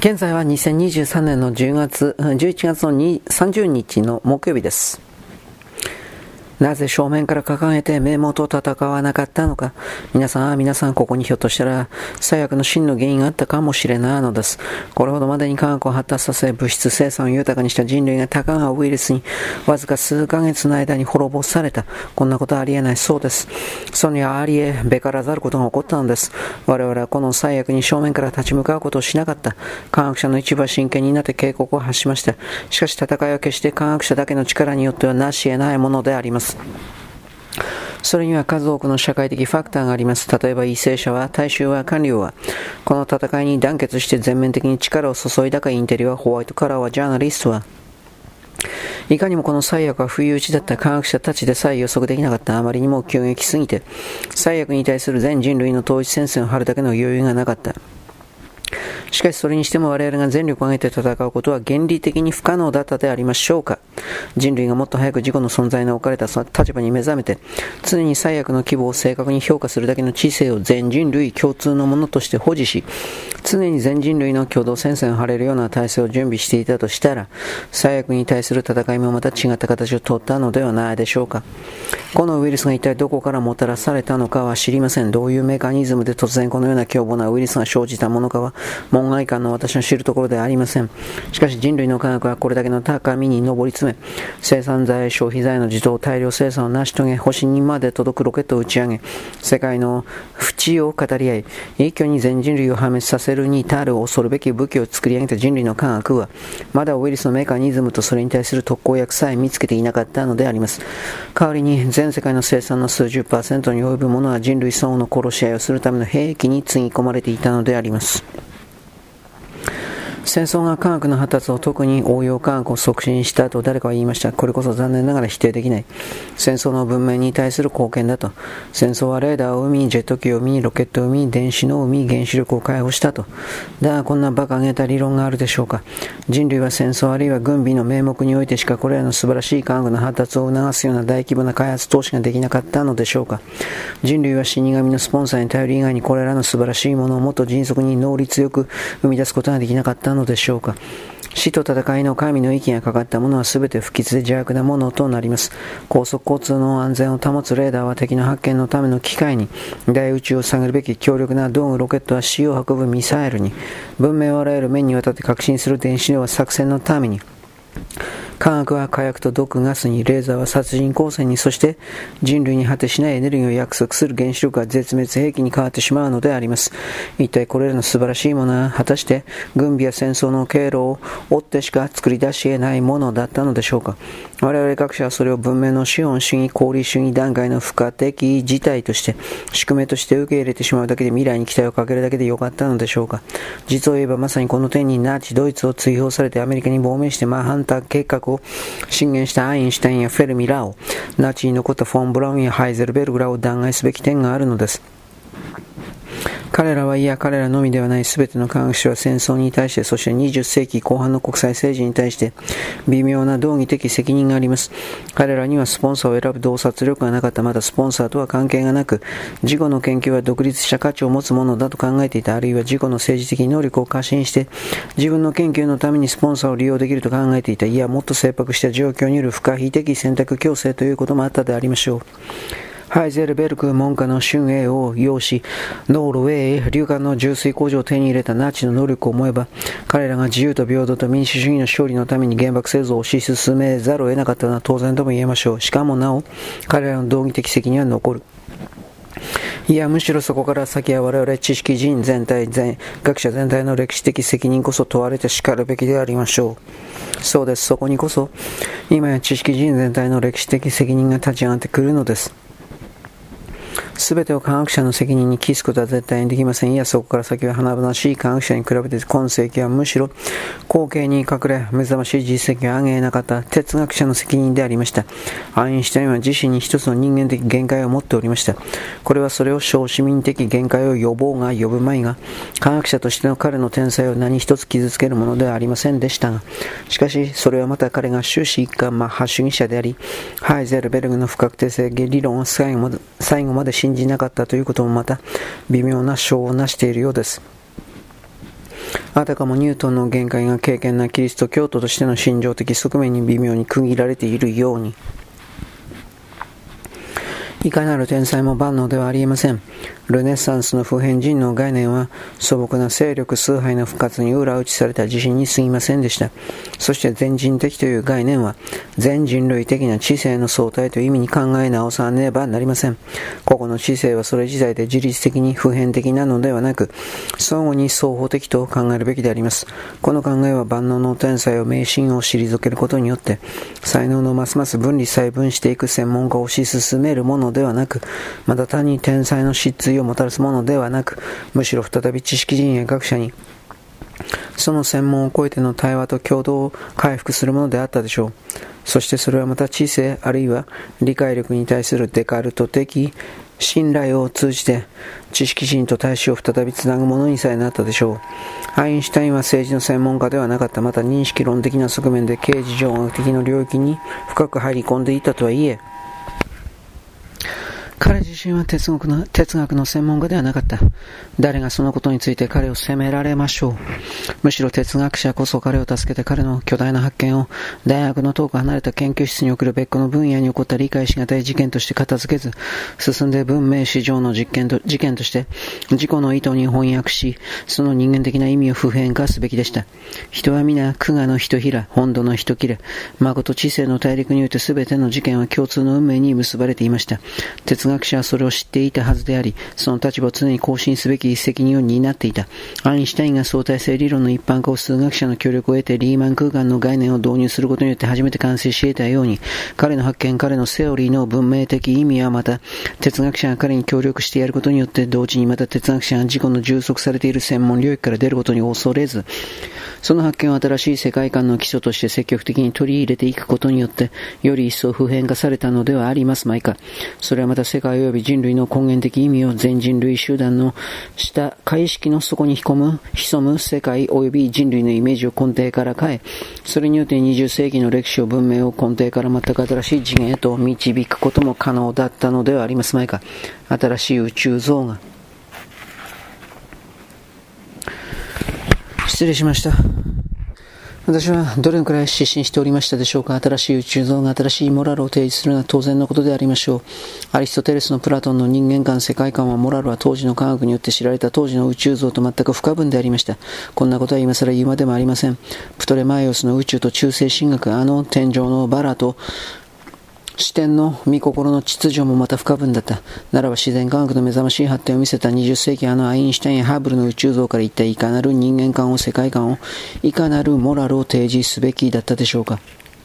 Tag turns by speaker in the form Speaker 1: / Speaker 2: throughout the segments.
Speaker 1: 現在は2023年の11月の30日の木曜日です。なぜ正面から掲げて名門と戦わなかったのか。皆さんここにひょっとしたら最悪の真の原因があったかもしれないのです。これほどまでに科学を発達させ物質生産を豊かにした人類がたかがウイルスにわずか数ヶ月の間に滅ぼされた。こんなことはありえないそうです。それにはありえべからざることが起こったのです。我々はこの最悪に正面から立ち向かうことをしなかった。科学者の一部は真剣になって警告を発しました。しかし戦いは決して科学者だけの力によってはなし得ないものであります。それには数多くの社会的ファクターがあります。例えば為政者は、大衆は、官僚は、この戦いに団結して全面的に力を注いだか、インテリは、ホワイトカラーは、ジャーナリストは、いかにもこの最悪は不意打ちだった科学者たちでさえ予測できなかった。あまりにも急激すぎて、最悪に対する全人類の統一戦線を張るだけの余裕がなかった。しかしそれにしても我々が全力を挙げて戦うことは原理的に不可能だったでありましょうか。人類がもっと早く自己の存在の置かれた立場に目覚めて、常に最悪の規模を正確に評価するだけの知性を全人類共通のものとして保持し、常に全人類の共同戦線を張れるような体制を準備していたとしたら、最悪に対する戦いもまた違った形をとったのではないでしょうか。このウイルスが一体どこからもたらされたのかは知りません。どういうメカニズムで突然このような凶暴なウイルスが生じたものかは門外漢の私の知るところではありません。しかし人類の科学はこれだけの高みに上り詰め、生産財、消費財の自動大量生産を成し遂げ、星にまで届くロケットを打ち上げ、世界の淵を語り合い、一挙に全人類を破滅させるに至る恐るべき武器を作り上げた人類の科学は、まだウイルスのメカニズムとそれに対する特効薬さえ見つけていなかったのであります。代わりに全世界の生産の数十%に及ぶものは人類相応の殺し合いをするための兵器につぎ込まれていたのであります。戦争が科学の発達を特に応用科学を促進したと誰かは言いました。これこそ残念ながら否定できない。戦争の文明に対する貢献だと。戦争はレーダーを生み、ジェット機を生み、ロケットを生み、電子のを生み、原子力を開放したと。だがこんな馬鹿げた理論があるでしょうか。人類は戦争あるいは軍備の名目においてしかこれらの素晴らしい科学の発達を促すような大規模な開発投資ができなかったのでしょうか。人類は死神のスポンサーに頼り以外にこれらの素晴らしいものをもっと迅速に能率よく生み出すことができなかったのでしょうか。死と戦いの神の息がかかったものは全て不吉で邪悪なものとなります。高速交通の安全を保つレーダーは敵の発見のための機械に、大宇宙を探るべき強力な道具ロケットは死を運ぶミサイルに、文明をあらゆる面にわたって革新する電子量は作戦のために、科学は火薬と毒ガスに、レーザーは殺人光線に、そして人類に果てしないエネルギーを約束する原子力が絶滅兵器に変わってしまうのであります。一体これらの素晴らしいものは果たして軍備や戦争の経路を追ってしか作り出し得ないものだったのでしょうか。我々学者はそれを文明の資本主義、功利主義段階の不可的事態として、宿命として受け入れてしまうだけで未来に期待をかけるだけでよかったのでしょうか。実を言えばまさにこの点にナチドイツを追放されてアメリカに亡命してマンハンター計画を進言したアインシュタインやフェルミらを、ナチに残ったフォン・ブラウンやハイゼルベルグらを弾劾すべき点があるのです。彼らのみではない全ての科学者は戦争に対して、そして20世紀後半の国際政治に対して微妙な道義的責任があります。彼らにはスポンサーを選ぶ洞察力がなかった。またスポンサーとは関係がなく、自己の研究は独立した価値を持つものだと考えていた。あるいは自己の政治的能力を過信して自分の研究のためにスポンサーを利用できると考えていた。いや、もっと切迫した状況による不可避的選択強制ということもあったでありましょう。ハイゼルベルク門下の春英を擁し、ノルウェーへ硫化の重水工場を手に入れたナチの能力を思えば、彼らが自由と平等と民主主義の勝利のために原爆製造を推し進めざるを得なかったのは当然とも言えましょう。しかもなお、彼らの道義的責任は残る。いや、むしろそこから先は我々知識人全体、学者全体の歴史的責任こそ問われてしかるべきでありましょう。そうです。そこにこそ、今や知識人全体の歴史的責任が立ち上がってくるのです。すべてを科学者の責任に帰すことは絶対にできません。いや、そこから先は華々しい科学者に比べて今世紀はむしろ後継に隠れ目覚ましい実績を上げなかった哲学者の責任でありました。アインシュタインは自身に一つの人間的限界を持っておりました。これはそれを小市民的限界を呼ぼうが呼ぶまいが、科学者としての彼の天才を何一つ傷つけるものではありませんでしたが、しかしそれはまた彼が終始一家マッハ主義者であり、ハイゼルベルグの不確定性理論を最後まで信じなかったということもまた微妙な性をなしているようです。 あたかもニュートンの限界が敬虔なキリスト教徒としての心情的側面に微妙に区切られているように、いかなる天才も万能ではありえません。ルネッサンスの普遍人の概念は素朴な勢力崇拝の復活に裏打ちされた自信に過ぎませんでした。そして全人的という概念は全人類的な知性の相対という意味に考え直さねばなりません。個々の知性はそれ自体で自律的に普遍的なのではなく、相互に双方的と考えるべきであります。この考えは万能の天才を迷信を退けることによって才能のますます分離細分していく専門家を推し進めるものではなく、また単に天才の失墜をもたらすものではなく、むしろ再び知識人や学者にその専門を超えての対話と共同を回復するものであったでしょう。そしてそれはまた知性あるいは理解力に対するデカルト的信頼を通じて知識人と大衆を再びつなぐものにさえなったでしょう。アインシュタインは政治の専門家ではなかった。また認識論的な側面で形而上学的の領域に深く入り込んでいたとはいえ、彼自身は哲学の専門家ではなかった。誰がそのことについて彼を責められましょう。むしろ哲学者こそ彼を助けて彼の巨大な発見を大学の遠く離れた研究室に送る別個の分野に起こった理解しがたい事件として片付けず、進んで文明史上の事件として自己の意図に翻訳し、その人間的な意味を普遍化すべきでした。人は皆苦我のひとひら、本土のひと切れ、誠知性の大陸において全ての事件は共通の運命に結ばれていました。哲学者はそれを知っていたはずであり、その立場を常に更新すべき責任を担っていた。アインシュタインが相対性理論の一般化を数学者の協力を得てリーマン空間の概念を導入することによって初めて完成し得たように、彼の発見、彼のセオリーの文明的意味はまた哲学者が彼に協力してやることによって同時にまた哲学者が自己の充足されている専門領域から出ることに恐れず、その発見を新しい世界観の基礎として積極的に取り入れていくことによってより一層普遍化されたのではありますまいか。それはまた世界及び人類の根源的意味を全人類集団の下界識の底に潜む世界及び人類のイメージを根底から変え、それによって20世紀の歴史を文明を根底から全く新しい次元へと導くことも可能だったのではありますまいか。新しい宇宙像が、失礼しました。私はどれくらい失神しておりましたでしょうか。新しい宇宙像が新しいモラルを提示するのは当然のことでありましょう。アリストテレスのプラトンの人間観世界観はモラルは当時の科学によって知られた当時の宇宙像と全く不可分でありました。こんなことは今更言うまでもありません。プトレマイオスの宇宙と中世神学、天上のバラと視点の御心の秩序もまた不可分だった。ならば自然科学の目覚ましい発展を見せた20世紀アインシュタインやハーブルの宇宙像から一体いかなる人間観を世界観をいかなるモラルを提示すべきだったでしょうか。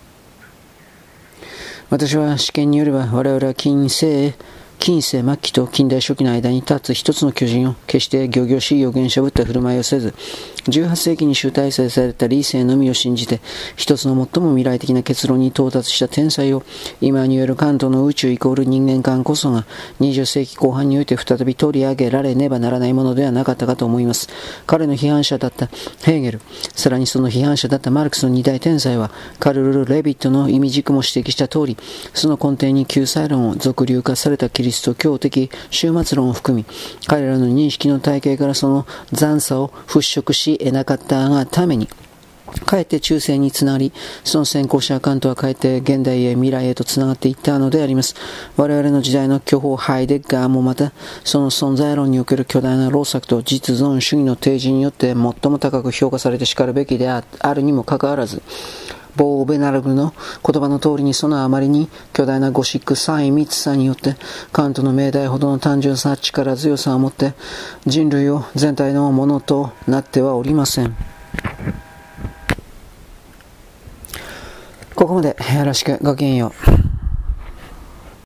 Speaker 1: 私は試験によれば我々は近世末期と近代初期の間に立つ一つの巨人を決して仰々しい預言者ぶった振る舞いをせず、18世紀に集大成された理性のみを信じて一つの最も未来的な結論に到達した天才をイマニュエル・カントの宇宙イコール人間観こそが20世紀後半において再び取り上げられねばならないものではなかったかと思います。彼の批判者だったヘーゲル、さらにその批判者だったマルクスの二大天才はカルル・レビットの意味軸も指摘した通り、その根底に救済論を俗流化されたキリスト教的終末論を含み、彼らの認識の体系からその残差を払拭し得なかったがために、かえって中世につながり、その先行者カントはかえって現代へ未来へとつながっていったのであります。我々の時代の巨峰ハイデッガーもまたその存在論における巨大な労作と実存主義の提示によって最も高く評価されてしかるべきであるにもかかわらず、ボー・ベナルブの言葉の通りにそのあまりに巨大なゴシック細密さによってカントの命題ほどの単純さ力強さをもって人類を全体のものとなってはおりません。ここまでよろしくごきげんよう。